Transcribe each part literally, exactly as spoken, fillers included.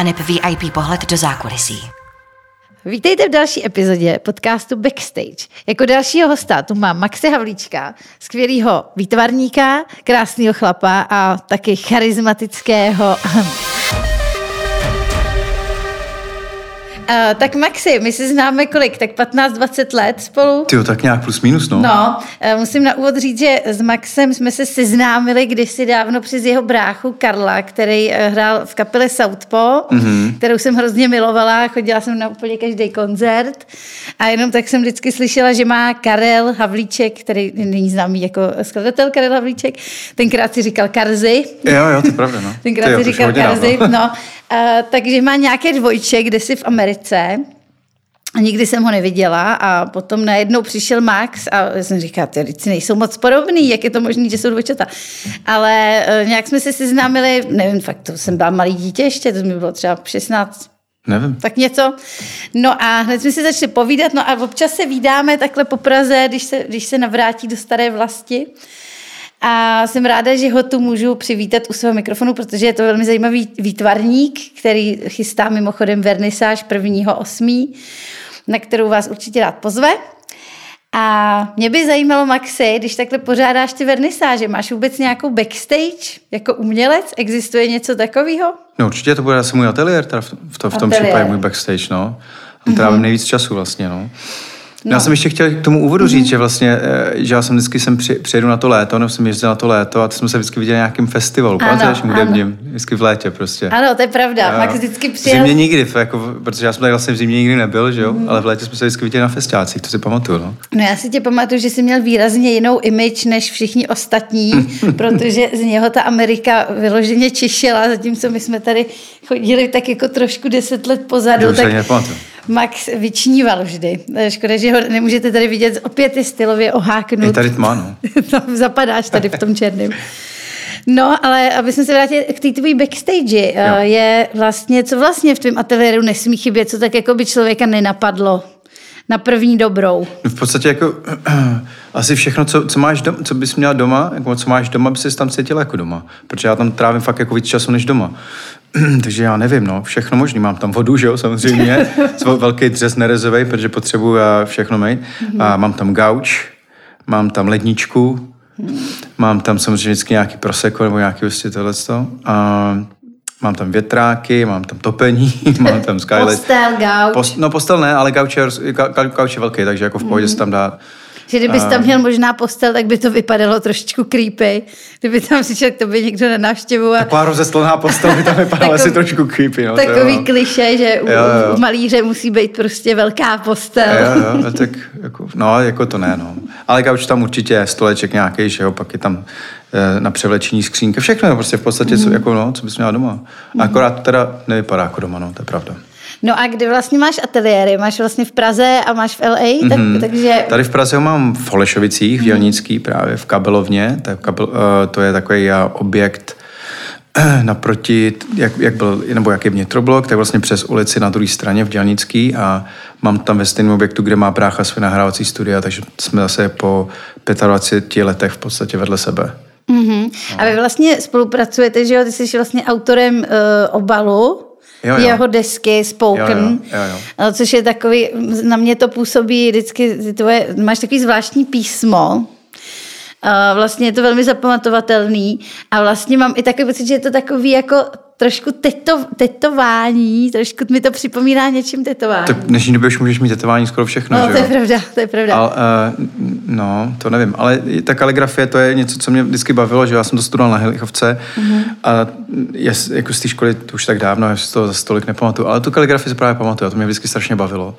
neb V I P pohled do zákulisí. Vítejte v další epizodě podcastu Backstage. Jako dalšího hosta tu mám Maxe Havlíčka, skvělýho výtvarníka, krásného chlapa a taky charismatického... Uh, tak Maxi, my si známe kolik? Tak patnáct dvacet let spolu? Tyjo, tak nějak plus minus, no. No, uh, musím na úvod říct, že s Maxem jsme se seznámili kdysi dávno přes jeho bráchu Karla, který uh, hrál v kapele Southpaw, mm-hmm. kterou jsem hrozně milovala, chodila jsem na úplně každý koncert a jenom tak jsem vždycky slyšela, že má Karel Havlíček, který není známý jako skladatel Karel Havlíček, tenkrát si říkal Karzy. Jo, jo, to je pravda, no. Tenkrát Tyjo, si říkal Karzy, no. Uh, takže má nějaké dvojče, kde si v Americe. A nikdy jsem ho neviděla a potom najednou přišel Max a já jsem říkala, ty lidi nejsou moc podobný, jak je to možný, že jsou dvojčata. Ale uh, nějak jsme se seznámili, nevím, fakt to jsem byla malý dítě ještě, to mi bylo třeba šestnáct. Nevím. Tak něco. No a hned jsme si začali povídat, no a občas se vídáme takhle po Praze, když se, když se navrátí do staré vlasti. A jsem ráda, že ho tu můžu přivítat u svého mikrofonu, protože je to velmi zajímavý výtvarník, který chystá mimochodem vernisáž prvního osmý, na kterou vás určitě rád pozve. A mě by zajímalo, Maxi, když takhle pořádáš ty vernisáže, máš vůbec nějakou backstage jako umělec? Existuje něco takového? No určitě to bude asi můj ateliér, teda v, to, v tom ateliér. případě můj backstage, no. Tam trávím mm-hmm. nejvíc času vlastně, no. No. Já jsem ještě chtěl k tomu úvodu říct, mm-hmm. že vlastně, že já jsem vždycky sem při, přijedu na to léto, nebo jsem jezdil na to léto a to jsme se vždycky viděli na nějakém festivalu, pamatuješ, hudebním, vždycky v létě prostě. Ano, to je pravda, a Max vždycky přijel. V zimě nikdy, jako, protože já jsem tady vlastně v zimě nikdy nebyl, že jo, mm-hmm. ale v létě jsme se vždycky viděli na festiácích, to si pamatuju, no. No já si tě pamatuju, že jsi měl výrazně jinou image než všichni ostatní, protože z něho ta Amerika vyloženě čišela, zatímco my jsme tady chodili tak jako trošku deset let pozadu, tak Max vyčníval vždy. Škoda, že ho nemůžete tady vidět, opět je stylově oháknut. Je tady tma, no. no zapadáš tady v tom černém. No, ale aby jsme se vrátili k té tvojí backstage, jo. je vlastně, co vlastně v tvém ateliéru nesmí chybět, co tak jako by člověka nenapadlo na první dobrou? V podstatě jako asi všechno, co, co máš doma, co bys měla doma, jako co máš doma, by ses tam cítila jako doma. Protože já tam trávím fakt jako víc času než doma. Takže já nevím, no, všechno možný. Mám tam vodu, že jo, samozřejmě. Velký dřez nerezovej, protože potřebuju všechno mít. A mám tam gauč, mám tam ledničku, mám tam samozřejmě vždycky nějaký prosecco nebo nějaký vlastně tohleto. A mám tam větráky, mám tam topení, mám tam skylight. Postel, gauč. Post, no postel ne, ale gauč je, gauč je velký, takže jako v pohodě se tam dá. Že kdybys tam měl možná postel, tak by to vypadalo trošičku creepy. Kdyby tam přišel k tobě někdo na návštěvu. A... Taková rozestlená postel by tam vypadala asi trošku creepy. No, takový klišé, že u, jo, jo. u malíře musí být prostě velká postel. Jo, jo, tak jako, no, jako to ne, no. Ale gauč tam určitě je, stoleček nějaký, že jo, pak je tam e, na převlečení skřínka, všechno je prostě v podstatě, mm. co, jako, no, co bys měla doma. Mm. Akorát to teda nevypadá jako doma, no, to je pravda. No a kde vlastně máš ateliéry? Máš vlastně v Praze a máš v L A? Tak, mm-hmm. takže... Tady v Praze ho mám v Holešovicích, v Dělnický, právě v Kabelovně. To je, kabel, to je takový objekt naproti, jak, jak byl, nebo jak je vnitroblok, tak vlastně přes ulici na druhé straně v Dělnický a mám tam ve stejném objektu, kde má brácha své nahrávací studia, takže jsme zase po dvaceti pěti letech v podstatě vedle sebe. Mm-hmm. No. A vy vlastně spolupracujete, že jo? Ty jsi vlastně autorem uh, obalu. Jo, jo. Jeho desky Spoken, jo, jo, jo. což je takový, na mě to působí vždycky, tvoje, máš takový zvláštní písmo, vlastně je to velmi zapamatovatelný a vlastně mám i takový pocit, že je to takový jako trošku teto, tetování, trošku mi to připomíná něčím tetování. Tak v dnešní době už můžeš mít tetování skoro všechno, no, že to je pravda, to je pravda. Ale, uh, no, to nevím, ale ta kaligrafie, to je něco, co mě vždycky bavilo, že já jsem to studoval na Helichovce mm-hmm. a je, jako z té školy, to už tak dávno, já si to zase tolik nepamatuju, ale tu kaligrafii se právě pamatuju a to mě vždycky strašně bavilo.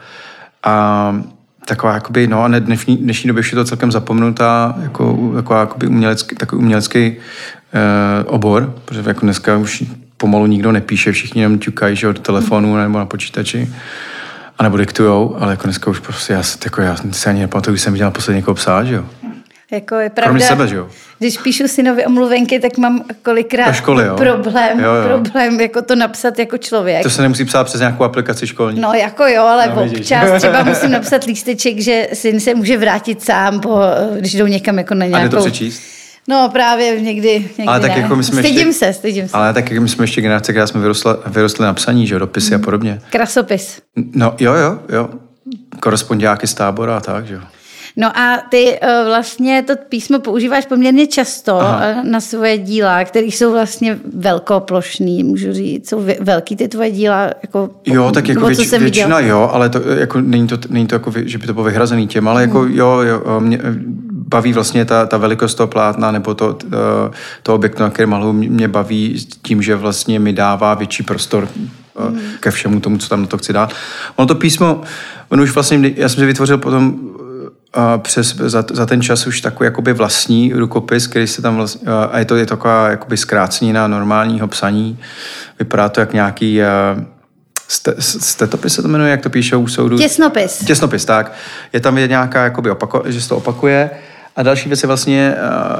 A taková, jakoby, no a ne, dnešní, dnešní době už je to celkem zapomenutá, jako, jako jakoby umělecký, takový umělecký uh, obor, protože jako dneska už pomalu nikdo nepíše, všichni jenom ťukají, že, do telefonu nebo na počítači a nebo diktujou, ale jako dneska už prostě já, jako já si ani nepamatuju, když jsem viděl posledně někoho psát, že jo. Jako je pravda, kromě sebe, že jo? Když píšu synovi omluvenky, tak mám kolikrát školy, problém, jo, jo. problém jako to napsat jako člověk. To se nemusí psát přes nějakou aplikaci školní. No jako jo, ale no, občas třeba musím napsat lísteček, že syn se může vrátit sám, po, když jdou někam jako na nějakou... A jde to přečíst? No právě někdy, někdy ale tak ne. jako my jsme stydím ještě, se, stydím se. Ale tak jako my jsme ještě generace, která jsme vyrostli, vyrostli na psaní, že dopisy mm. a podobně. Krasopis. No jo, jo, jo. Korespondiáky z tábora a tak, že jo. No a ty uh, vlastně to písmo používáš poměrně často Aha. na svoje díla, které jsou vlastně velkoplošný, můžu říct. Jsou velký ty tvoje díla? Jako, jo, tak jako věč, většina viděl. jo, ale to, jako, není to, není to jako, že by to bylo vyhrazený těm, ale jako hmm. jo, jo mě baví vlastně ta, ta velikost toho plátna nebo to, to, to objektu, na kterém maluju, mě baví tím, že vlastně mi dává větší prostor hmm. ke všemu tomu, co tam na to chci dát. Ono to písmo, ono už vlastně, já jsem si vytvořil potom a přes, za, za ten čas už takový jakoby vlastní rukopis, který se tam vlastně, a je to je taková jakoby zkrácenina normálního psaní. Vypadá to jak nějaký ste, stetopis se to jmenuje, jak to píšou u soudu. Těsnopis. Těsnopis, tak. Je tam je nějaká, jakoby opako, že se to opakuje. A další věc je vlastně,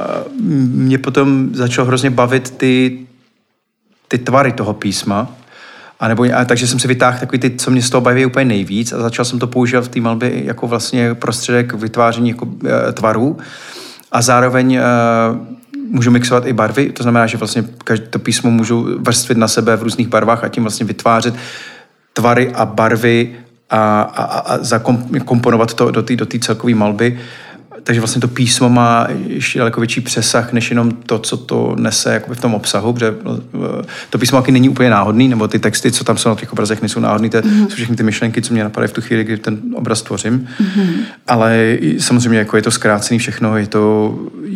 mě potom začalo hrozně bavit ty, ty tvary toho písma. A nebo, a takže jsem si vytáhl takový ty, co mě z toho baví úplně nejvíc a začal jsem to používat v té malbě jako vlastně prostředek vytváření jako, e, tvarů a zároveň e, můžu mixovat i barvy, to znamená, že vlastně každé to písmo můžu vrstvit na sebe v různých barvách a tím vlastně vytvářet tvary a barvy a, a, a zakomponovat to do té do té celkové malby. Takže vlastně to písmo má ještě daleko větší přesah, než jenom to, co to nese jakoby v tom obsahu, protože to písmo taky není úplně náhodný, nebo ty texty, co tam jsou na těch obrazech, nejsou náhodný, to mm-hmm. jsou všechny ty myšlenky, co mě napadají v tu chvíli, kdy ten obraz tvořím. Mm-hmm. Ale samozřejmě jako je to zkrácený všechno, je to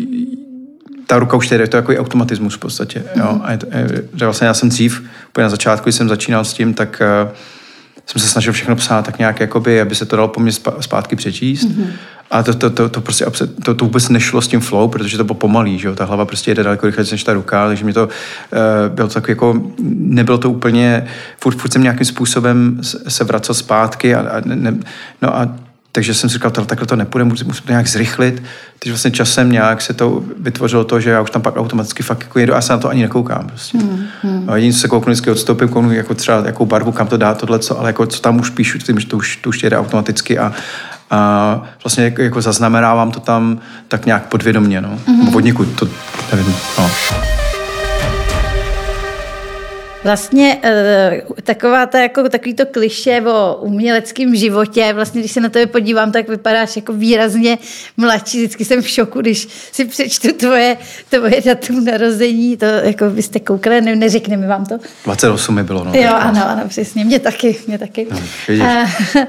ta ruka už tady, je to jako automatismus v podstatě. Mm-hmm. Jo? A je to, je, že vlastně já jsem dřív, úplně na začátku, když jsem začínal s tím, tak uh, jsem se snažil všechno psát tak nějak, jakoby, aby se to dalo po mně zpátky přečíst. Mm-hmm. A to, to, to, to prostě to, to vůbec nešlo s tím flow, protože to bylo pomalý, že jo? Ta hlava prostě jede daleko rychleji než ta ruka, takže mi to uh, bylo to takový jako, nebylo to úplně, furt, furt jsem nějakým způsobem se vracel zpátky a, a ne, no a takže jsem si říkal, takhle to nepůjde, musím to nějak zrychlit. Takže vlastně časem nějak se to vytvořilo to, že já už tam pak automaticky fakt jako jedu a já se na to ani nekoukám. Prostě. Hmm, hmm. A jedině se kouknu, vždycky odstoupím, kouknu jako třeba jakou barvu, kam to dá, tohleco, ale jako co tam už píšu, tím, že to už, to už jede automaticky a, a vlastně jako, jako zaznamenávám to tam tak nějak podvědomě, no. Hmm. Od někud, to nevím, no. Vlastně taková ta, jako takový to klišé o uměleckém životě, vlastně když se na tebe podívám, tak vypadáš jako výrazně mladší. Vždycky jsem v šoku, když si přečtu tvoje, tvoje datum narození. To jako byste koukali, ne, neřekne mi vám to. dvacet osm mi bylo, no. Jo, ano, ano, přesně, mě taky, mě taky. No, a,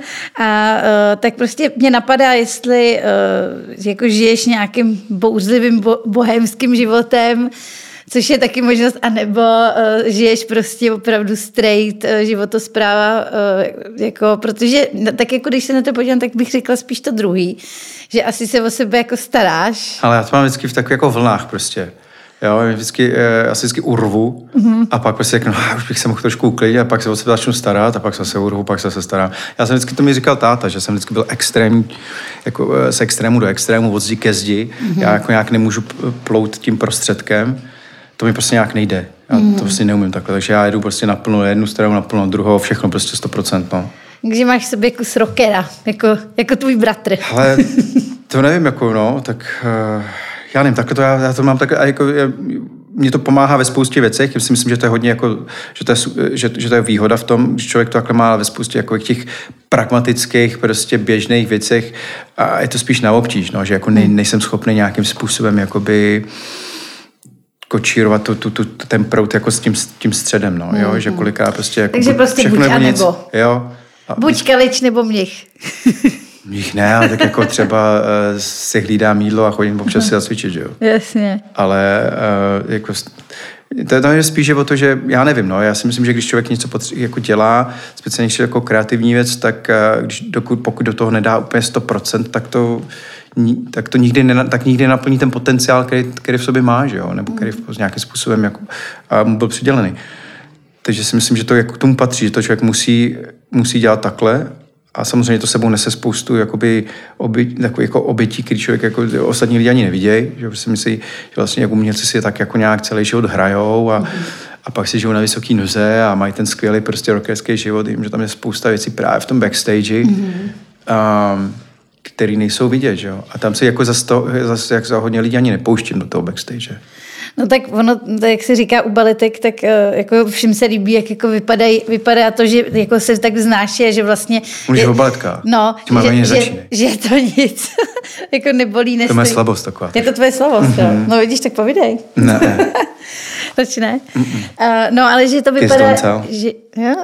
a tak prostě mě napadá, jestli jako žiješ nějakým bouřlivým bo, bohemským životem, což je taky možnost, anebo uh, žiješ prostě opravdu straight uh, životospráva, uh, jako, protože tak jako když se na to podívám, tak bych řekla spíš to druhý, že asi se o sebe jako staráš. Ale já to mám vždycky v takových jako vlnách prostě. Jo, vždycky, já se vždycky urvu mm-hmm. a pak prostě řeknu, už bych se mohl trošku uklidit a pak se o sebe začnu starat a pak se urvu, pak se se starám. Já jsem vždycky, to mi říkal táta, že jsem vždycky byl extrémní, jako z extrému do extrému, od zdi ke zdi. Mm-hmm. Já jako nějak nemůžu plout tím prostředkem. To mi prostě nějak nejde. Já mm. to prostě neumím takhle. Takže já jedu prostě naplno jednu stranu, naplno druhou, všechno prostě sto procent. No. Takže máš v sobě kus rockera, jako, jako tvůj bratr. Ale to nevím, jako no, tak uh, já nevím, takhle to já, já to mám takhle, jako, mě to pomáhá ve spoustě věcech, já si myslím, že to je hodně jako, že to je, že, že to je výhoda v tom, že člověk to takhle má ve spoustě jako těch pragmatických, prostě běžných věcech a je to spíš na obtíž, no, že jako nej, nejsem schopný nějakým způsobem jakoby kočírovat tu, tu, tu, ten proud jako s tím, s tím středem, no, jo, mm, že kolikrát prostě jako takže prostě buď a nic, nebo. Jo. A buď kalič nebo mnich. Mnich ne, ale tak jako třeba uh, si hlídám jídlo a chodím občas si zacvičit, jo. Jasně. Ale uh, jako to, to je spíš o to, že já nevím, no, já si myslím, že když člověk něco potře- jako dělá, speciálně jako kreativní věc, tak uh, když, dokud, pokud do toho nedá úplně sto procent, tak to tak to nikdy, ne, tak nikdy naplní ten potenciál, který, který v sobě má, že jo? Nebo který v nějakým způsobem jako, a mu byl přidělený. Takže si myslím, že to jako k tomu patří, že to člověk musí, musí dělat takhle a samozřejmě to sebou nese spoustu jakoby, oby, jako obětí, který člověk jako ostatní lidi ani nevidějí, že si myslí, že vlastně jako umělci si tak jako nějak celý život hrajou a, a pak si žijou na vysoký noze a mají ten skvělý prostě rockerský život, jim, že tam je spousta věcí právě v tom backstage. Mm-hmm. Um, který nejsou vidět, že jo. A tam se jako zase, to, zase jak za hodně lidí ani nepouštím do toho backstage. No tak ono, jak se říká u baletek, tak jako všem se líbí, jak jako vypadají, vypadá to, že jako se tak vznáší, že vlastně... Mluvíš o baletkách? No, že, že, že je to nic. Jako nebolí, nestojí. To je moje slabost taková. Je to tvoje slabost, mm-hmm. No vidíš, tak povídej. Ne. Proč ne? Uh, no ale že to vypadá... Že, jo?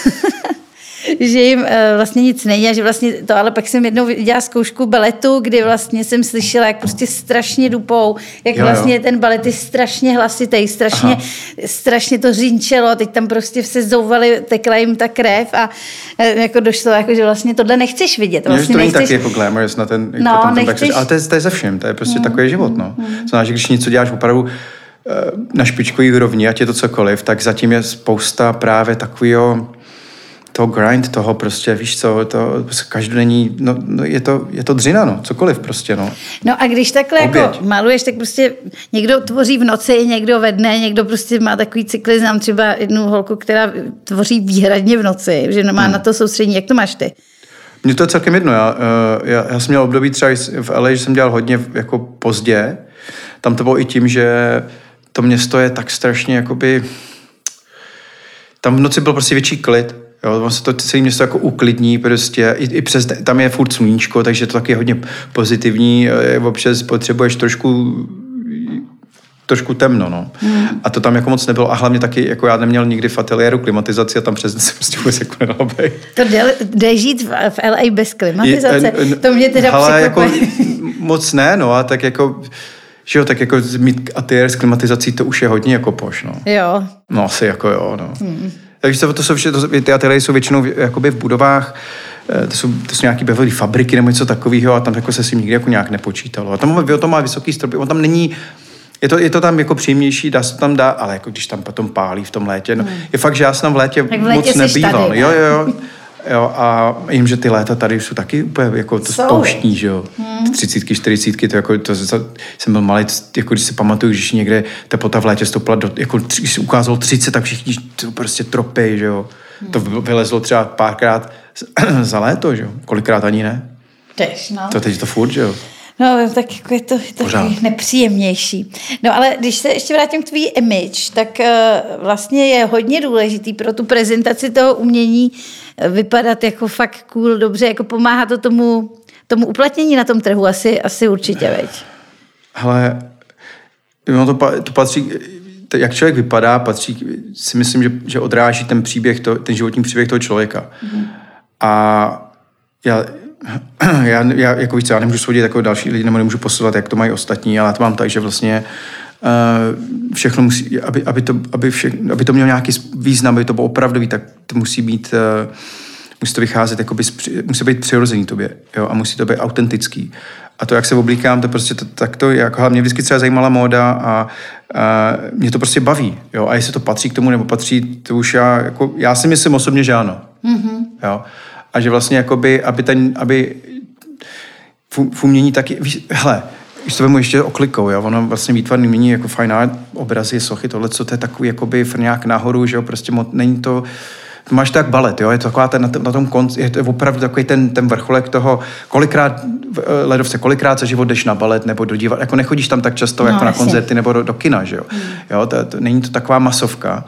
že jim uh, vlastně nic není a že vlastně to, ale pak jsem jednou dělala zkoušku baletu, kdy vlastně jsem slyšela, jak prostě strašně dupou, jak jo, vlastně jo. ten balet je strašně hlasitý, strašně, strašně to řinčelo, teď tam prostě se zouvali, tekla jim ta krev a uh, jako došlo, jako, že vlastně tohle nechceš vidět. Vlastně to není taky jako glamorous na ten, jako no, ten, ten nechceš... ale to je, to je ze všem, to je prostě mm, takový život, no. Mm. Znamená, že když něco děláš opravdu na špičkový úrovni, ať je to cokoliv, tak zatím je spousta právě takového toho grind, toho prostě, víš co, to každodenní, no, no je, to, je to dřina, no, cokoliv prostě, no. No a když takhle Oběť. jako maluješ, tak prostě někdo tvoří v noci, někdo ve dne, někdo prostě má takový cykly, znám třeba jednu holku, která tvoří výhradně v noci, že nemá hmm. na to soustředění. Jak to máš ty? Mně to je celkem jedno, já, já, já jsem měl období třeba v L A, že jsem dělal hodně jako pozdě, tam to bylo i tím, že to město je tak strašně jakoby, tam v noci byl prostě větší klid. Jo, on se to celé město jako uklidní, prostě i, i přes, tam je furt sluníčko, takže to taky je hodně pozitivní, občas potřebuješ trošku trošku temno, no. Hmm. A to tam jako moc nebylo a hlavně taky, jako já neměl nikdy v ateliéru klimatizaci a tam přes se prostě vůbec jako nedalo být. To jde, jde žít v, v L A bez klimatizace? Je, to mě teda ale jako moc ne, no a tak jako že jo, tak jako mít ateliér s klimatizací, to už je hodně jako poš, no. Jo. No asi jako jo, no. Hmm. Takže to jsou vše, to, ty ateliéry jsou většinou jakoby v budovách, to jsou, to jsou nějaké Beverly fabriky nebo něco takového a tam jako se s tím nikdy jako nějak nepočítalo. A tam to má vysoký stropy, on tam není, je to, je to tam jako příjemnější, dá se tam dá, ale jako když tam potom pálí v tom létě, no, hmm. je fakt, že já jsem tam v létě, v létě moc nebýval. Tady, jo, jo, jo. Jo, a jim, že ty léta tady jsou taky úplně jako to pouštní, že jo. Hmm. Třicítky, čtyřicítky, to jako, to, to, jsem byl malý, jako když si pamatuju, když někde teplota v létě stoupla, do, jako když se ukázalo třicet, tak všichni to prostě tropej, že jo. Hmm. To vylezlo třeba párkrát za léto, že jo. Kolikrát ani ne. Tež, no. To teď je to furt, že jo. No, tak jako je to, je to nepříjemnější. No, ale když se ještě vrátím k tvý image, tak uh, vlastně je hodně důležitý pro tu prezentaci toho umění vypadat jako fakt cool, dobře, jako pomáhá to tomu, tomu uplatnění na tom trhu, asi, asi určitě, veď. Hele, no to, to patří, jak člověk vypadá, patří, si myslím, že, že odráží ten příběh, to, ten životní příběh toho člověka. Mm. A já Já, já, jako víc, já nemůžu soudit jako další lidi, nebo nemůžu posouvat, jak to mají ostatní, ale já to mám tak, že vlastně uh, všechno musí, aby, aby, to, aby, vše, aby to mělo nějaký význam, aby to bylo opravdový, tak to musí být, uh, musí to vycházet, jakoby, musí být přirozený tobě, jo, a musí to být autentický. A to, jak se oblíkám, to prostě to, tak to, jako, mě vždycky třeba zajímala móda a, a mě to prostě baví, jo, a jestli to patří k tomu, nebo patří, to už já, jako, já si myslím osobně, že ano, mm-hmm. jo. A že vlastně jakoby, aby ten, aby v umění taky, víš, hele, když to vemu ještě oklikou, jo, ono vlastně výtvarný umění jako fine art, obrazy, sochy, tohle, co to je takový jakoby frňák nahoru, že jo, prostě mo, není to, to máš tak balet, jo, je to taková ten, na, tom, na tom konci, je to opravdu takový ten, ten vrcholek toho, kolikrát, ledovce, kolikrát za život jdeš na balet nebo do divadla, jako nechodíš tam tak často, no, jako na koncerty nebo do, do kina, že jo, hmm. jo, to, to, není to taková masovka.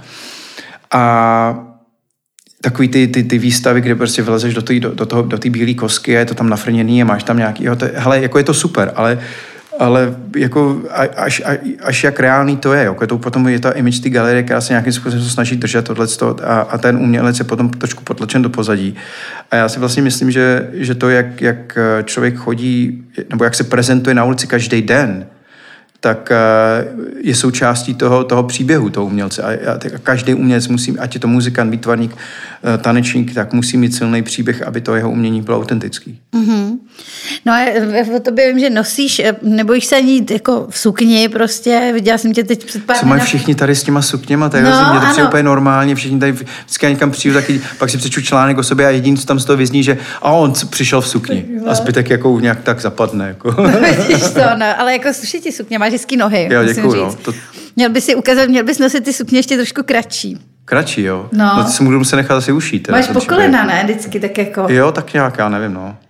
A takový ty, ty, ty výstavy, kde prostě vylezeš do té do, do toho, do té bílé kosky a je to tam nafrněný a máš tam nějaký, jo, to, hele, jako je to super, ale, ale jako až, až, až jak reálný to je, jo, je to potom je ta image té galerie, která se nějakým způsobem snaží držet tohleto a, a ten umělec je potom trošku potlačen do pozadí. A já si vlastně myslím, že, že to, jak, jak člověk chodí, nebo jak se prezentuje na ulici každý den, tak je součástí toho, toho příběhu, toho umělce. A, a každý umělec musí, ať je to muzikant, výtvarník, tanečník, tak musí mít silný příběh, aby to jeho umění bylo autentický. Mm-hmm. No a o tobě vím, že nosíš, nebojíš se ani jít jako v sukni prostě, viděla jsem tě teď před pár Co mají všichni tady s těma sukněma, to je no, hrozně, mě to přijde úplně normálně, všichni tady vždycky někam přijdu, taky, pak si přečtu článek o sobě a jediný, co tam z toho vyzní, že a on přišel v sukni a zbytek jako nějak tak zapadne. Jako. No vidíš to, no, ale jako sluší ti sukně, máš hezký nohy. Jo, děkuju, no. To... Měl bys si ukázat, měl bys nosit ty sukně ještě trošku kratší. Kratší, jo? No. No to si můžu se nechat asi ušít. Máš po kolena, ne? Vždycky tak jako... Jo, tak nějak, já nevím, no.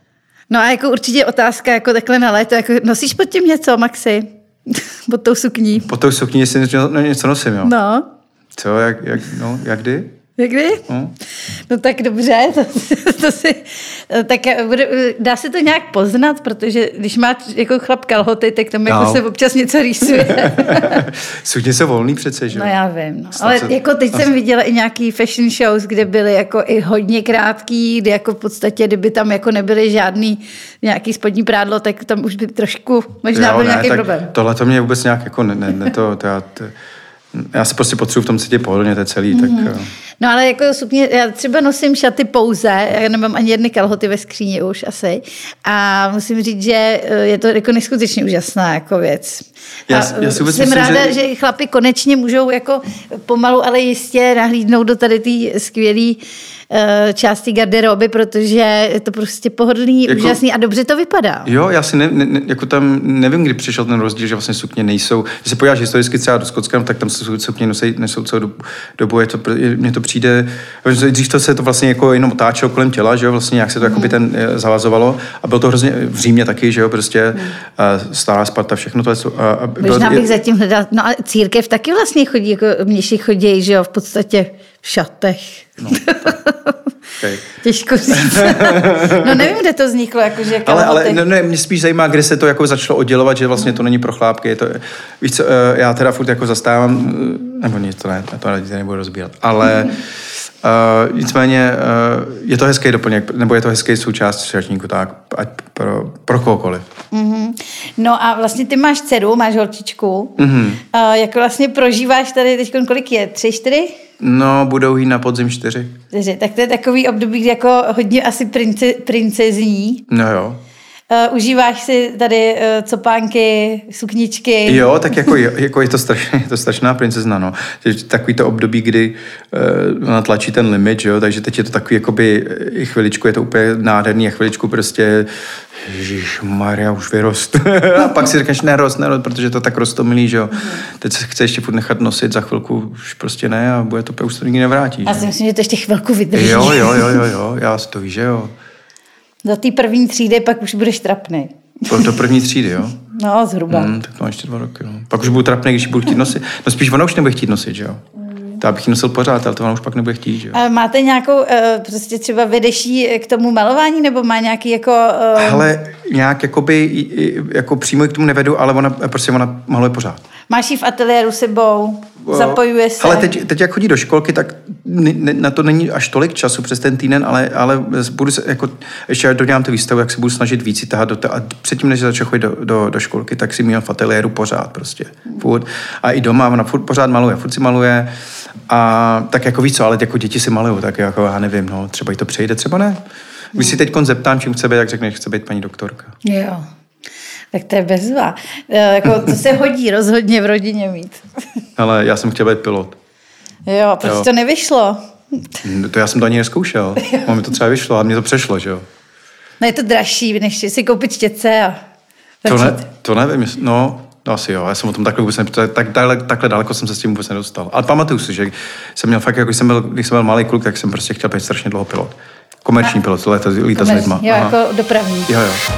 No a jako určitě otázka, jako takhle na léto, jako nosíš pod tím něco, Maxi? Pod tou sukní? Pod tou sukní, jestli něco, no, něco nosím, jo. No. Co, jak, jak, no, jak kdy? Jak kdy? No. No tak dobře, to, to si, tak dá se to nějak poznat, protože když má jako chlap kalhoty, tak tam jako no. se občas něco rýsuje. Sukně jsou volný přece, že? No já vím, no. Ale se... jako teď jsem viděla i nějaký fashion shows, kde byly jako i hodně krátký, kde jako v podstatě, kdyby tam jako nebyly žádný nějaký spodní prádlo, tak tam už by trošku možná jo, byl ne, nějaký problém. Tohle to mě vůbec nějak jako ne, ne, ne to, to, já, to, já se prostě potřebuji v tom cítit pohodlně, to je celý, mm-hmm. tak... No ale jako sukně, já třeba nosím šaty pouze, já nemám ani jedny kalhoty ve skříni už asi a musím říct, že je to jako neskutečně úžasná jako věc. Já, já si jsem myslím, ráda, že... že chlapi konečně můžou jako pomalu, ale jistě nahlídnout do tady té skvělé části garderoby, protože je to prostě pohodlný, jako, úžasný a dobře to vypadá. Jo, já si ne, ne, jako tam nevím, kdy přišel ten rozdíl, že vlastně sukně nejsou. Když se podíváš historicky třeba do Skotska, tak tam sukně nosí, nesou celou dobu, dobu je to, mně to přijde, dřív to se to vlastně jako jenom otáčelo kolem těla, že jo, vlastně jak se to mm. jakoby ten zavazovalo a bylo to hrozně v Římě taky, že jo, prostě mm. stará Sparta, všechno to. A, a možná bych je... zatím hledal, no a církev taky vlastně chodí, jako mniši chodí, že jo, v podstatě v šatech. No, okay. Těžko říct. No nevím, kde to vzniklo. Jakože ale ale ne, ne, mě spíš zajímá, kde se to jako začalo oddělovat, že vlastně to není pro chlápky. Je to, víš co, já teda furt jako zastávám, nebo nic, to ne, to nebudu rozbírat, ale uh, nicméně uh, je to hezký doplněk, nebo je to hezký součást šatníku, tak ať pro, pro kohokoliv. Mm-hmm. No a vlastně ty máš dceru, máš holčičku. Mm-hmm. Uh, jako vlastně prožíváš tady teď kolik je? Tři, čtyři? No, budou jí na podzim čtyři. Čtyři. Tak to je takový období, kdy jako hodně asi prince, princezní. No jo. Uh, užíváš si tady uh, copánky, sukničky. Jo, tak jako, jako je, to strašná, je to strašná princezna, no. Takový to období, kdy uh, ona tlačí ten limit, že jo, takže teď je to takový, jakoby, i chviličku je to úplně nádherný a chviličku prostě Ježišmarja, už vyrost. A pak si řekneš, nerost, nerost, protože to tak roztomilý, že jo. Mm. Teď se chce ještě furt nechat nosit, za chvilku už prostě ne a bude to, už to nikdy nevrátí. Já si myslím, že to ještě chvilku vydrží. Jo, jo, jo, jo, jo, já si to víš, že jo. Za té první třídy pak už budeš trapnej. Do první třídy, jo? No, zhruba. Hmm, tak to má ještě dva roky, no. Pak už budu trapnej, když budu chtít nosit. No spíš ona už nebude chtít nosit, že jo? To já bych ji nosil pořád, ale to ona už pak nebude chtít, že jo? A máte nějakou, prostě třeba vedeš jí k tomu malování, nebo má nějaký jako... Uh... Hele, nějak jakoby, jako přímo k tomu nevedu, ale ona prostě ona maluje pořád. Máš ji v ateliéru sebou, zapojuje se. Ale teď, teď jak chodí do školky, tak na to není až tolik času přes ten týden, ale, ale budu se, jako, ještě dodělám tu výstavu, jak se budu snažit víc tahat do toho. A předtím, než začal chodit do, do, do školky, tak si měl v ateliéru pořád prostě. Furt. A i doma, ona furt pořád maluje, furt si maluje. A tak jako víc co, ale jako děti si malují, tak jako já nevím, no, třeba jí to přejde, třeba ne. Když si teď zeptám, čím chce být, tak řekneš, že chce být paní doktorka. Jo. Tak to je bezva. E, jako, to se hodí rozhodně v rodině mít. Ale já jsem chtěl být pilot. Jo, proč jo. to nevyšlo? No, to já jsem to ani neskoušel. No, mi to třeba vyšlo a mně to přešlo, že jo. No je to dražší, než si koupit štětce a to, ne, to nevím, no, no asi jo. Já jsem o tom takhle vůbec ne, tak, takhle, takhle daleko jsem se s tím vůbec nedostal. Ale pamatuju si, že jsem měl fakt, jako když jsem byl, když jsem byl malý kluk, tak jsem prostě chtěl být strašně dlouho pilot. Komerční a, pilot, to léta, líta s lidma. Jo, aha. Jako dopravní. Jo, jo.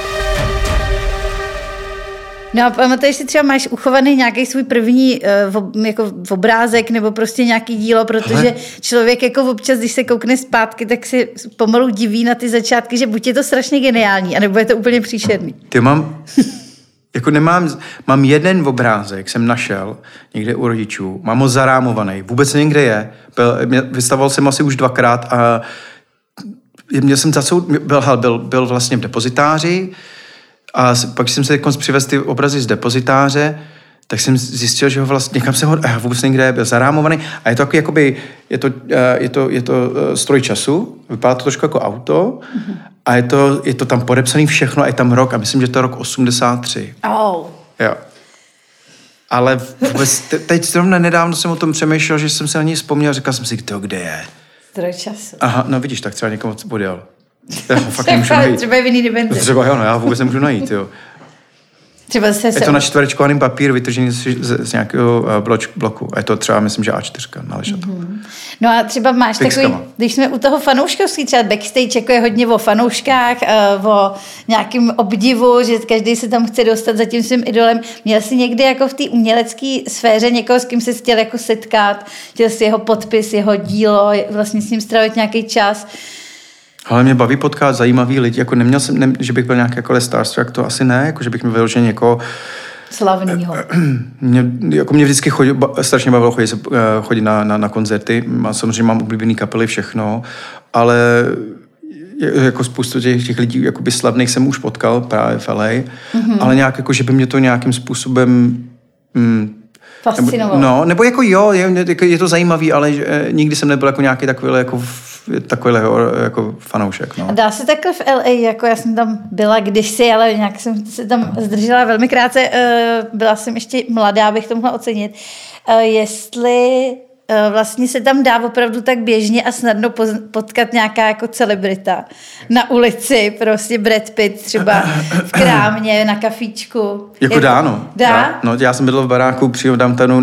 No a pamatuješ si třeba, máš uchovaný nějaký svůj první uh, jako obrázek nebo prostě nějaký dílo, protože Hele. člověk jako občas, když se koukne zpátky, tak si pomalu diví na ty začátky, že buď je to strašně geniální, anebo je to úplně příšerný. Ty mám, jako nemám, mám jeden obrázek, jsem našel někde u rodičů, mám ho zarámovaný, vůbec někde je, byl, vystavoval jsem asi už dvakrát a měl jsem za soud, byl, byl, byl vlastně v depozitáři. A pak jsem se jako přivez ty obrazy z depozitáře, tak jsem zjistil, že ho vlastně někam se ho, a vůbec někde byl zarámovaný a je to jako, jakoby, je to, je to, je to stroj času, vypadá to trošku jako auto mm-hmm. a je to, je to tam podepsaný všechno a je tam rok a myslím, že to je rok osmdesát tři. Oh. Jo. Ale vůbec, teď zrovna nedávno jsem o tom přemýšlel, že jsem se na něj vzpomněl a říkal jsem si, to kde je? Stroj času. Aha, no vidíš, tak třeba někomu odjel. Já fakt třeba, třeba je v jiný dimenzi. Třeba jo, no já vůbec nemůžu najít, jo. Třeba se Je se... to na čtverečkovaném papíru vytržený z, z, z nějakého bloč, bloku. A je to třeba, myslím, že á čtyři na lešatu. Mm-hmm. No a třeba máš Pixkama. takový, když jsme u toho fanouškovství, třeba backstage, jako je hodně o fanouškách, o nějakým obdivu, že každý se tam chce dostat za tím svým idolem. Měl jsi někdy jako v té umělecké sféře někoho, s kým jsi chtěl jako setkat, chtěl jsi jeho podpis, jeho dílo, vlastně s ním strávit nějaký čas? Ale mě baví potkat zajímavý lidi, jako neměl jsem, ne, že bych byl nějaký jako starstruck, to asi ne, jako že bych mi vyložil někoho slavnýho. Mě, jako mě vždycky chodil, strašně bavilo chodit, chodit na, na, na koncerty, samozřejmě mám oblíbený kapely, všechno, ale jako spoustu těch, těch lidí jakoby slavných jsem už potkal právě v L A, mm-hmm. ale nějak jako, že by mě to nějakým způsobem mm, fascinovalo. No, nebo jako jo, je, je to zajímavý, ale že, nikdy jsem nebyl jako nějaký takový jako takovýhle jako fanoušek. No. A dá se takhle v L A, jako já jsem tam byla kdysi, ale nějak jsem se tam zdržela velmi krátce, byla jsem ještě mladá, abych to mohla ocenit, jestli vlastně se tam dá opravdu tak běžně a snadno potkat nějaká jako celebrita na ulici, prostě Brad Pitt třeba v krámě, na kafíčku. Jako je dá, no. Dá? dá? No, já jsem bydlel v baráku při downtownu,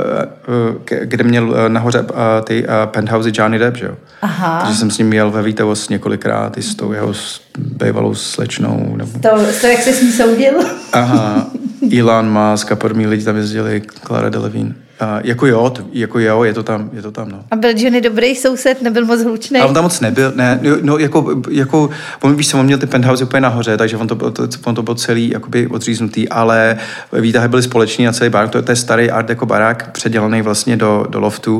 kde měl nahoře ty penthousey Johnny Depp, že jo. Aha. Takže jsem s ním jel ve výtavost několikrát i s tou jeho bývalou slečnou. Nebo... To, to, jak jsi s ní soudil? Aha. Elon Musk a podobní lidi tam jezdili, Clara Delevingne. Uh, jako jo, to, jako jo, je to tam, je to tam, no. A byl Johnny dobrý soused, nebyl moc hlučnej? A on tam moc nebyl, ne, no jako, jako on, víš co, on měl ty penthouse úplně nahoře, takže on to, to, on to byl celý jakoby odříznutý, ale výtahy byly společný a celý barák, to, to je starý art jako barák, předělaný vlastně do, do loftu.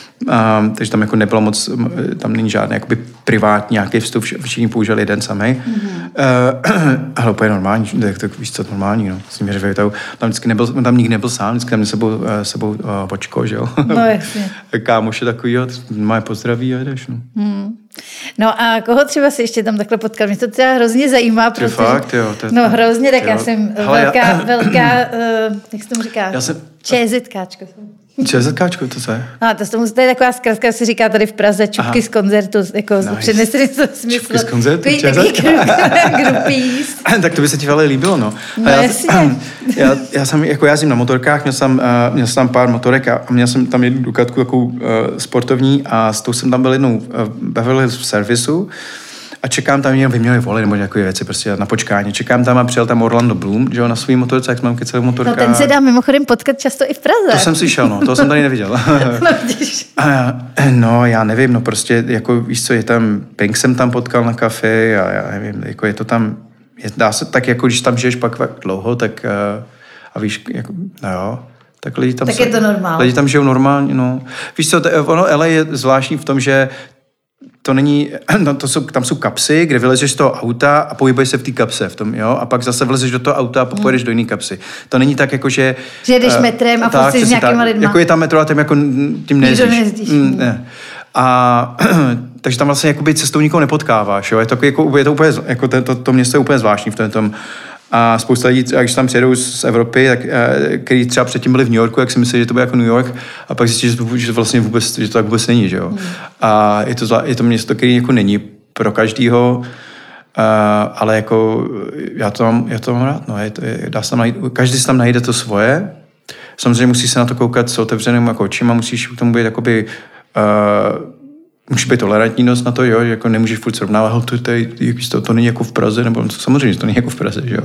Um, takže tam jako nebylo moc, tam není žádný jakoby privátní nějaký vstup, všichni použili jeden samej. Mm-hmm. Uh, ale úplně normální, tak to víš co, normální, no. S ním tam vždycky nebyl, tam nikdy nebyl sám, vždycky tam měl sebou, sebou uh, počko, že jo. No jasně. Kámoše takovýho, má pozdraví a jdeš, no. Hmm. No a koho třeba si ještě tam takhle potkal? Mě to třeba hrozně zajímá, Ty protože... fakt, jo. To, no hrozně, tak jo. Já jsem Hele, velká, já... velká, uh, jak se tomu říká? Já jsem... ČZkáčko. ČZkáčko, to co je? No, to, to, to je taková zkratka, se říká tady v Praze, čupky Aha. z koncertu, jako nice. Přednesli to smysl. Čupky z koncertu, ČZka. Grupíst. Tak to by se ti ale líbilo, no. No já, jasně. Já, já jsem, jako jezdím na motorkách, měl jsem, uh, měl jsem tam pár motorek a měl jsem tam jednu Ducatku takovou uh, sportovní a s tou jsem tam byl jednou uh, Beverly Hills v servisu. A čekám tam, jenom vyměnili voly nebo nějaké věci, prostě na počkání. Čekám tam a přijel tam Orlando Bloom, že jo, na svý motorce, jak jsme mám kecelou motorka. No ten se dá mimochodem potkat často i v Praze. To jsem slyšel, no, to jsem tady neviděl. No vidíš. No, já nevím, no prostě, jako víš co, je tam, Pink jsem tam potkal na kafe a já nevím, jako je to tam, je, dá se tak, jako když tam žiješ pak dlouho, tak a víš, jako, no jo. Tak lidi tam tak se, je to normální. Lidi tam žijou normálně, no. Víš co, to, ono L A je zvláštní v tom, že to není, no to jsou, tam jsou kapsy, kde vylezeš z toho auta a pohybuješ se v té kapse v tom, jo, a pak zase vlezeš do toho auta a pojedeš hmm. do jiné kapsy. To není tak jako, že... Že jedeš uh, metrem a prostě s nějakýma lidma. Jako je tam metro a tím jako tím nejezdíš. nejezdíš. Mm, ne. A takže tam vlastně jakoby cestou nikoho nepotkáváš, jo, je to, jako, je to úplně, jako to, to, to město je úplně zvláštní v tom, tom a spousta lidí, když tam přijedou z Evropy, tak, který třeba předtím byli v New Yorku, jak si myslí, že to bude jako New York, a pak zjistí, že to, že to vlastně vůbec, že to tak vůbec není, že jo. Hmm. A je to, je to město, který jako není pro každýho, ale jako já to mám, já to mám rád, no, je to, je, dá se tam najít, každý si tam najde to svoje, samozřejmě musí se na to koukat s otevřeným jako očima, musíš k tomu být jakoby uh, může být tolerantní dost na to, jo, že jako nemůžeš furt srovnávat, to, to, to, to není jako v Praze, nebo samozřejmě to není jako v Praze, že jo.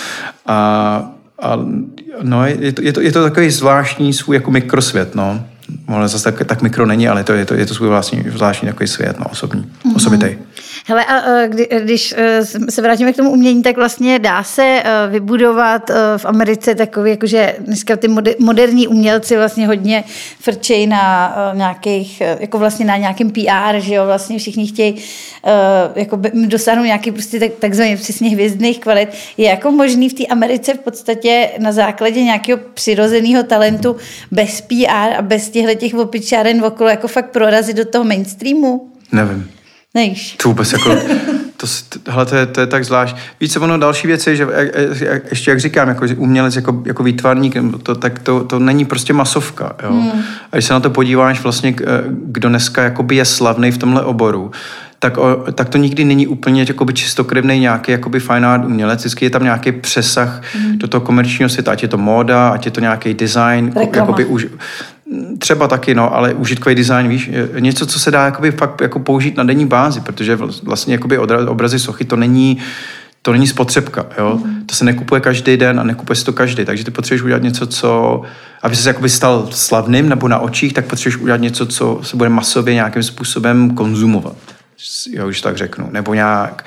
A, a no, je to, je, to, je to takový zvláštní svůj jako mikrosvět, no. Možná zase tak, tak mikro není, ale to, je, to, je to svůj vlastní, zvláštní takový svět, no, osobní, mm-hmm. osobitej. Hele, a kdy, když se vrátíme k tomu umění, tak vlastně dá se vybudovat v Americe takový, jakože dneska ty moderní umělci vlastně hodně frčejí na nějakých, jako vlastně na nějakém P R, že jo, vlastně všichni chtějí jako dosáhnout nějaký prostě tak, takzvaně přesně hvězdných kvalit. Je jako možný v té Americe v podstatě na základě nějakého přirozeného talentu bez P R a bez těchto těch opičáren okolo jako fakt prorazit do toho mainstreamu? Nevím. Nejíš. To vůbec jako, to, hele, to, je, to je tak zvlášť. Víš co, ono další věc je, že ještě jak říkám, jako umělec, jako, jako výtvarník, to, tak to, to není prostě masovka, jo. Hmm. A když se na to podíváš vlastně, kdo dneska jakoby je slavný v tomhle oboru, tak, o, tak to nikdy není úplně jakoby čistokrevný nějaký jakoby fine art umělec. Vždycky je tam nějaký přesah mm. do toho komerčního světa, ať je to móda, ať je to nějaký design. Jakoby už, třeba taky, no, ale užitkový design, víš, něco, co se dá jakoby fakt jako použít na denní bázi, protože vlastně jakoby obrazy, sochy, to není to není spotřebka, jo. Mm. To se nekupuje každý den a nekupuje se to každý, takže ty potřebuješ udělat něco, co, aby se jakoby stal slavným nebo na očích, tak potřebuješ udělat něco, co se bude masově nějakým způsobem konzumovat. Jo, už tak řeknu. Nebo nějak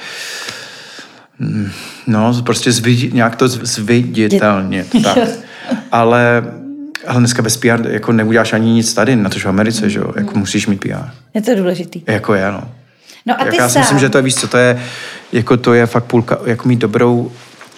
no, prostě zvidí, nějak to zviditelně. Tak. Ale, ale dneska bez P R jako neuděláš ani nic tady, na to, že v Americe, že jo, jako musíš mít P R. Je to důležitý. Jako je, no. No a ty já si myslím, že to je, víš co, to je, jako to je fakt půlka, jako mít dobrou...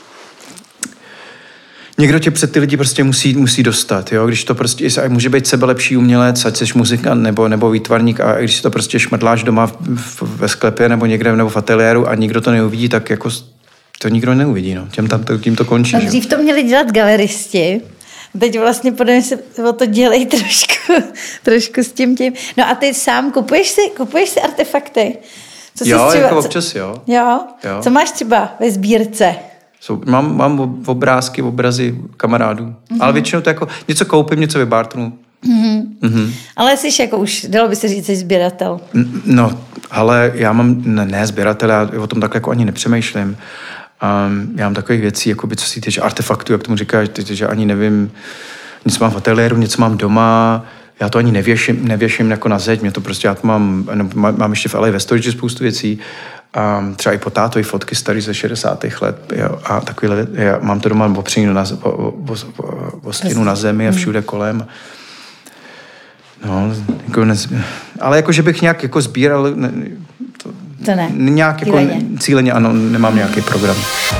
Někdo tě před ty lidi prostě musí, musí dostat, jo, když to prostě, může být sebelepší umělec, ať jsi muzikant nebo, nebo výtvarník a když si to prostě šmrdláš doma v, v, ve sklepě nebo někde nebo v ateliéru a nikdo to neuvidí, tak jako to nikdo neuvidí, no, tím, tam, tím to končí. No, dřív to měli dělat galeristi, teď vlastně podle mě se o to dělej trošku, trošku s tím tím. No a ty sám kupuješ si, kupuješ si artefakty? Co jo, třeba, jako občas, jo. jo. Jo. Co máš třeba ve sbírce? Jsou, mám, mám obrázky, obrazy kamarádů, mm-hmm. ale většinou to jako něco koupím, něco vybártnu. Mm-hmm. Mm-hmm. Ale jsi jako už, dalo by se říct, jsi sběratel. No, ale já mám, ne, ne sběratel, já o tom takhle jako ani nepřemýšlím. Um, já mám takových věcí, jakoby, co si týče artefaktů, jak tomu říkáš, ty, že ani nevím, něco mám v ateliéru, něco mám doma, já to ani nevěším, nevěším jako na zeď, mě to prostě, já to mám, mám, mám ještě v L A ve storage spoustu věcí, um, třeba i po tátovi fotky starý ze šedesátých let, jo, a takovýhle, já mám to doma opřený na, o, o, o, o stěnu na zemi a všude kolem. No, jako ne, ale jako, že bych nějak jako sbíral, ne, to, to ne. Nějak jako cíleně. cíleně, ano, nemám nějaký program.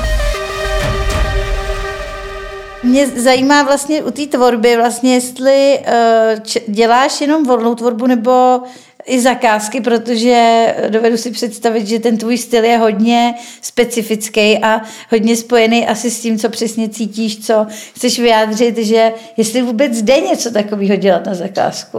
Mě zajímá vlastně u té tvorby, vlastně jestli uh, děláš jenom volnou tvorbu nebo i zakázky, protože dovedu si představit, že ten tvůj styl je hodně specifický a hodně spojený asi s tím, co přesně cítíš, co chceš vyjádřit, že jestli vůbec jde něco takového dělat na zakázku.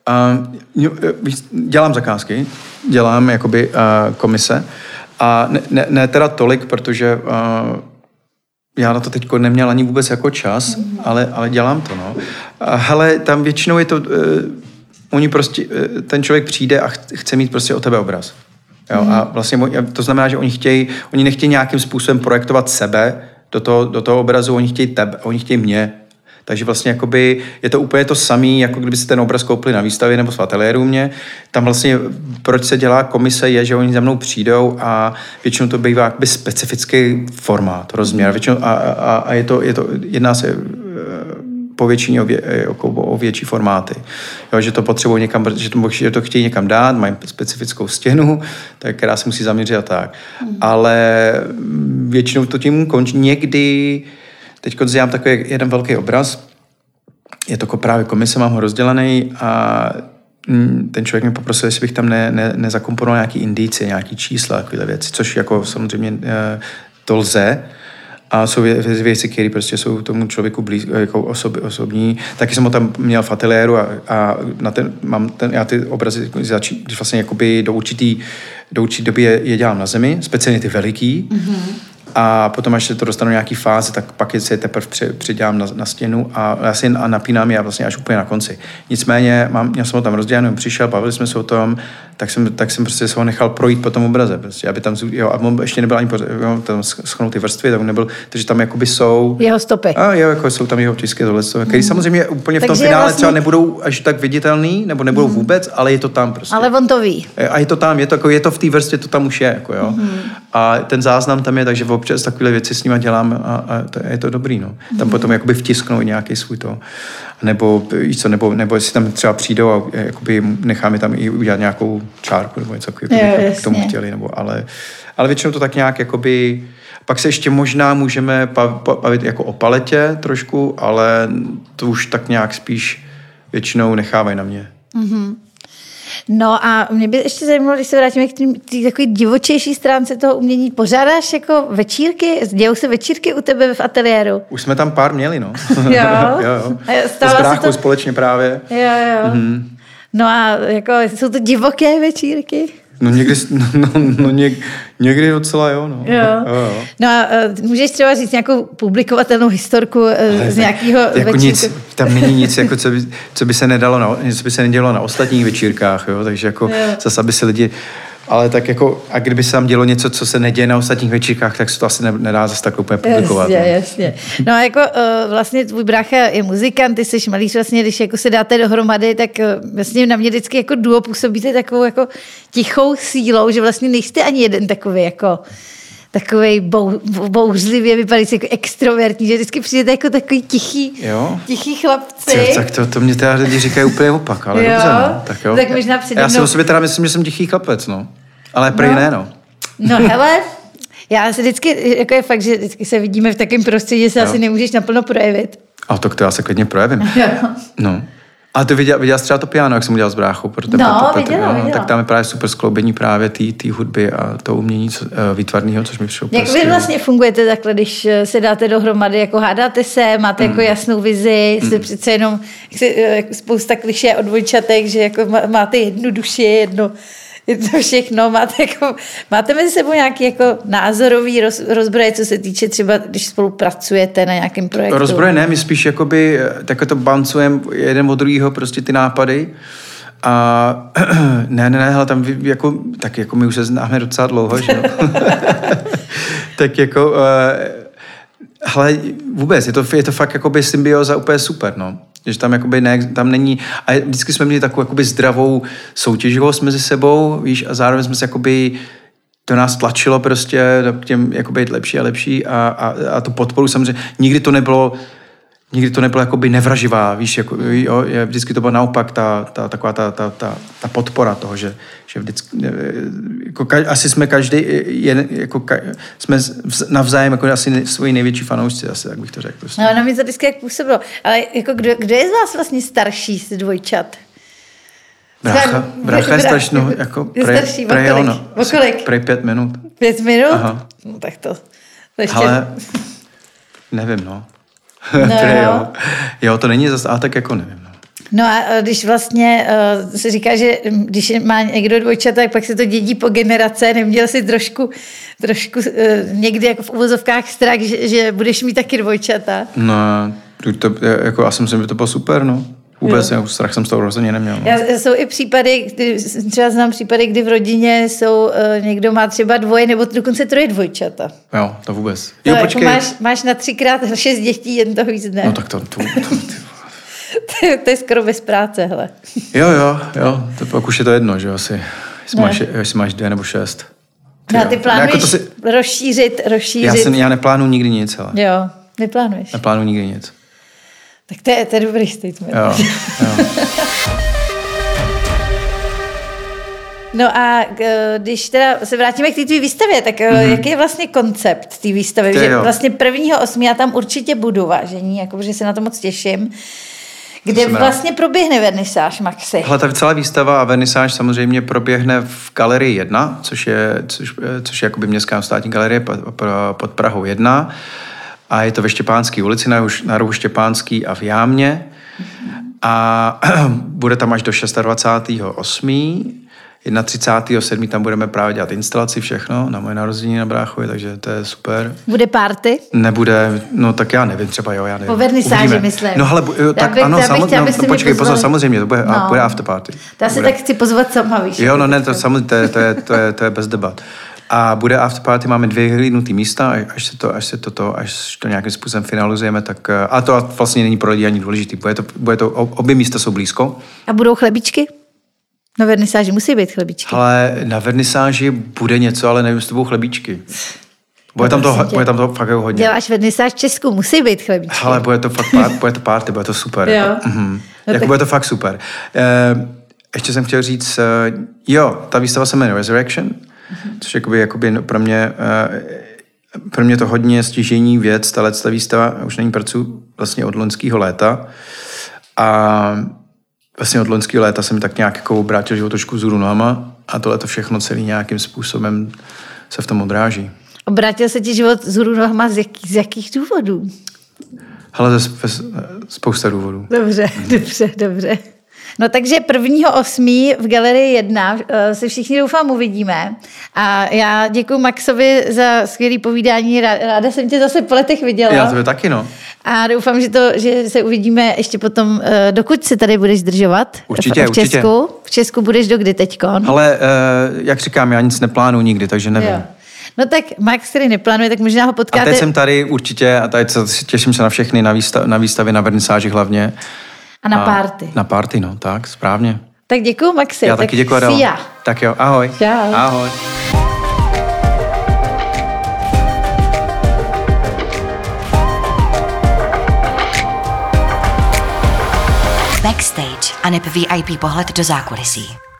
Uh, dělám zakázky, dělám jakoby uh, komise a ne, ne, ne teda tolik, protože uh, já na to teď neměl ani vůbec jako čas, mm-hmm. ale, ale dělám to, no. A hele, tam většinou je to, uh, oni prostě, uh, ten člověk přijde a chce mít prostě o tebe obraz. Jo? Mm-hmm. A vlastně to znamená, že oni chtějí, oni nechtějí nějakým způsobem projektovat sebe do toho, do toho obrazu, oni chtějí tebe, oni chtějí mě. Takže vlastně jakoby je to úplně to samé, jako kdyby si ten obraz koupili na výstavě nebo v ateliéru mě. Tam vlastně, proč se dělá komise, je, že oni za mnou přijdou a většinou to bývá jakoby specifický formát, rozměr. Většinou, a, a, a je to, je to, jedná se po většině o, vě, o větší formáty. Jo, že to potřebují někam, že to, že to chtějí někam dát, mají specifickou stěnu, tak, která se musí zaměřit a tak. Mm. Ale většinou to tím končí. Někdy teď dělám takový jeden velký obraz, je to právě komise, mám ho rozdělený a ten člověk mi poprosil, jestli bych tam ne, ne, nezakomponoval nějaký indicie, nějaký čísla, takové věci, což jako samozřejmě to lze. A jsou věci, které prostě jsou tomu člověku blíz, jako osob, osobní. Taky jsem ho tam měl v ateliéru a, a na ten, mám ten, já ty obrazy, začí, když vlastně jakoby do určitý, do určitý doby je, je dělám na zemi, speciálně ty veliký. Mm-hmm. A potom, až se to dostanu nějaký fázi, tak pak si je teprve přidělám na, na stěnu a já si a napínám je vlastně až úplně na konci. Nicméně, mám, já jsem ho tam rozdělený, přišel, bavili jsme se o tom, tak jsem, tak jsem prostě se ho nechal projít po tom obraze, prostě, aby tam, jo, a on ještě nebyl ani, jo, tam schnou ty vrstvy, tak nebyl, takže tam jakoby jsou... Jeho stopy. A jo, jako jsou tam jeho otisky, tohle, mm. který samozřejmě úplně v tom takže finále vlastně... třeba nebudou až tak viditelný, nebo nebudou mm. vůbec, ale je to tam prostě. Ale on to ví. A je to tam, je to, jako, je to v té vrstvě, to tam už je, jako jo. Mm. A ten záznam tam je, takže občas takové věci s nima dělám a, a to, je to dobrý, no. Tam mm. potom jakoby vtisknou nějaký svůj to. Nebo, co, nebo, nebo jestli tam třeba přijdou a jakoby necháme tam i udělat nějakou čárku nebo něco takového, k tomu chtěli, nebo, ale, ale většinou to tak nějak jakoby, pak se ještě možná můžeme bavit jako o paletě trošku, ale to už tak nějak spíš většinou nechávají na mě. Mm-hmm. No a mě by ještě zajímalo, když se vrátíme k té takové divočejší stránce toho umění, pořádáš jako večírky? Dějou se večírky u tebe v ateliéru? Už jsme tam pár měli, no. Jo? jo, jo. S bráchou to... společně právě. Jo, jo. Mm-hmm. No a jako jsou to divoké večírky? No někdy, no, no, no něk, někdy docela jo, no. Jo. jo, jo. No a uh, můžeš třeba říct nějakou publikovatelnou historku uh, z nějakého jako večírku? Nic, tam není nic, jako co, by, co by se nedalo, na, co by se nedělo na ostatních večírkách, jo, takže jako jo. Zase, aby se lidi, ale tak jako, a kdyby se tam dělo něco, co se neděje na ostatních večírkách, tak se to asi nedá zase tak úplně publikovat. Jasně, no. jasně. No a jako uh, vlastně tvůj brácha je muzikant, ty jsi malíř, vlastně, když jako se dáte dohromady, tak uh, vlastně na mě vždycky jako duo působíte takovou jako tichou sílou, že vlastně nejste ani jeden takový jako takovej bou, bouřlivě vypadající jako extrovertní, že vždycky přijdete jako takový tichý, jo? tichý chlapci. Co, tak to, to mě teda lidi říkají úplně opak, ale jo? dobře, no. Tak jo. Tak možná přede Já si mnou... o sobě teda myslím, že jsem tichý chlapec, no. Ale prej no. ne, no. No hele, já se vždycky, jako je fakt, že vždycky se vidíme v takém prostředí, že se jo. asi nemůžeš naplno projevit. A tak to já se klidně projevím. Jo. No. Ale ty viděla, viděla jsi třeba to piano, jak jsem udělal s bráchou? Proto, no, proto, proto, viděla, no, viděla. Tak tam je právě super skloubení právě té hudby a to umění co, uh, výtvarného, což mi přišlo Jak prostě. vy vlastně fungujete takhle, když se dáte dohromady, jako hádáte se, máte mm. jako jasnou vizi, jste mm. přece jenom jak spousta klišé o dvojčatech, že jako máte jednu duši, jedno, jedno všechno, máte, jako, máte mezi sebou nějaký jako názorový roz, rozbroje, co se týče třeba, když spolupracujete na nějakém projektu? Rozbroje ne, my spíš jakoby, tak to bouncujeme jeden od druhého prostě ty nápady. A ne, ne, ne, hele, tam jako, tak jako my už se známe docela dlouho, že jo. Tak jako, uh, hele, vůbec, je to, je to fakt jakoby symbioza úplně super, no. Že tam jakoby ne, tam není, a vždycky jsme měli takovou jakoby zdravou soutěživost mezi sebou, víš, a zároveň jsme se jakoby, to nás tlačilo prostě k těm jakoby lepší a lepší a, a, a tu podporu samozřejmě, nikdy to nebylo, nikdy to nebylo jakoby nevraživá, víš, jako, jo, vždycky to bylo naopak ta, ta, taková ta, ta, ta, ta podpora toho, že, že vždycky, jako, asi jsme každý, jen, jako, jsme navzájem jako asi svoji největší fanoušci, asi, tak bych to řekl. Prostě. No, na mě to vždycky jak působilo, ale jako kdo, kdo je z vás vlastně starší z dvojčat? Brácha, brácha je strašně, jako prej, starší, prej, o kolik? O kolik? Prej pět minut. Pět minut? Aha. No tak to, to ještě... Ale nevím, no. No, jo. jo, to není zase, ale tak jako nevím. No, no a když vlastně uh, se říká, že když má někdo dvojčata, tak pak se to dědí po generace, neměl si trošku, trošku uh, někdy jako v uvozovkách strach, že, že budeš mít taky dvojčata? No, to, jako já si myslím, že to bylo super, no. Vůbec, jo. Strach jsem z toho rozhodně neměl. No. Já, jsou i případy, kdy, třeba znám případy, kdy v rodině jsou, uh, někdo má třeba dvoje nebo dokonce troje dvojčata. Jo, to vůbec. To Jo, jako počkej. máš, máš na třikrát šest dětí, jen toho víc ne. No tak to... to, to, to, to, je, to je skoro bez práce, hele. Jo, jo, jo, to pak už je to jedno, že jo, asi, jestli, Ne. máš, jestli máš dvě nebo šest. Ty, no a ty jo. plánuješ Jako to si, rozšířit, rozšířit. já, jsem, já neplánuji nikdy nic, hele. Jo, neplánuješ. Neplánuji nikdy nic. Tak to je, to je dobrý statement. Jo, jo. No a když teda se vrátíme k té tvý výstavě, tak mm-hmm. jaký je vlastně koncept té výstavy? Že vlastně prvního osmi já tam určitě budu, vážení, jako, protože se na to moc těším. Kde vlastně proběhne vernisáž, Maxi? Hele, ta celá výstava a vernisáž samozřejmě proběhne v galerii jedna, což je, což, což je jakoby městská státní galerie pod Prahou jedna. A je to ve Štěpánské ulici, na, na rohu Štěpánský a v Jámě. A bude tam až do dvacátého šestého osmého třicátého prvního sedmého tam budeme právě dělat instalaci, všechno, na moje narozeniny na bráchovi, takže to je super. Bude party? Nebude, no tak já nevím, třeba jo, já nevím. Po vernisáži, myslím. No hele, jo, tak bych, ano, samozřejmě, no, no, počkej, pozor, samozřejmě, to bude, no. bude after party. To já se tak chci pozvat sama, víš. Jo, no ne, to samozřejmě, to je, to je, to je, to je bez debat. A bude after party, máme dvě hlídnutý místa, až se to, až se toto, až to nějakým způsobem finalizujeme, tak, a to vlastně není pro lidi ani důležitý, bude to, bude to, obě místa jsou blízko. A budou chlebičky? Na vernisáži musí být chlebičky. Ale na vernisáži bude něco, ale nevím, jestli to budou chlebíčky. Bude tam to, bude tam to fakt jako hodně. Děláš vernisáž v Česku, musí být chlebičky. Ale bude to fakt part, bude to party, bude to super. Jo. Jako, mm-hmm. No jako tak... bude to fakt super. E, ještě jsem chtěl říct, uh, jo, ta výstava se jmenuje Resurrection, mm-hmm. což jakoby, jakoby pro mě, uh, pro mě to hodně stěžejní věc, tahle ta výstava, už na ní pracuji vlastně od loňského léta. A vlastně od loňského léta jsem tak nějak jako obrátil život trošku vzhůru nohama a tohle to všechno celý nějakým způsobem se v tom odráží. Obrátil se ti život vzhůru nohama z, jaký, z jakých důvodů? Hele, ze spousta důvodů. Dobře, mm. dobře, dobře. No takže prvního osmý v Galerii jedna se všichni doufám uvidíme. A já děkuji Maxovi za skvělé povídání. Ráda jsem tě zase po letech viděla. Já tebe taky, no. A doufám, že, to, že se uvidíme ještě potom, dokud se tady budeš zdržovat. Určitě, v, v Česku. určitě. V Česku budeš do kdy teďkon? Ale jak říkám, já nic neplánuju nikdy, takže nevím. Jo. No tak Max, který neplánuje, tak možná ho potkáte. A teď jsem tady určitě a tady těším se na všechny, na, výstav, na výstavě, na vernisáži hlavně. A na party. Na party, no, tak, správně. Tak děkuju, Maxi. Já taky děkuji, Adela. Já. Tak jo, ahoj. Čau. Ahoj. Backstage a neb V I P pohled do zákulisí.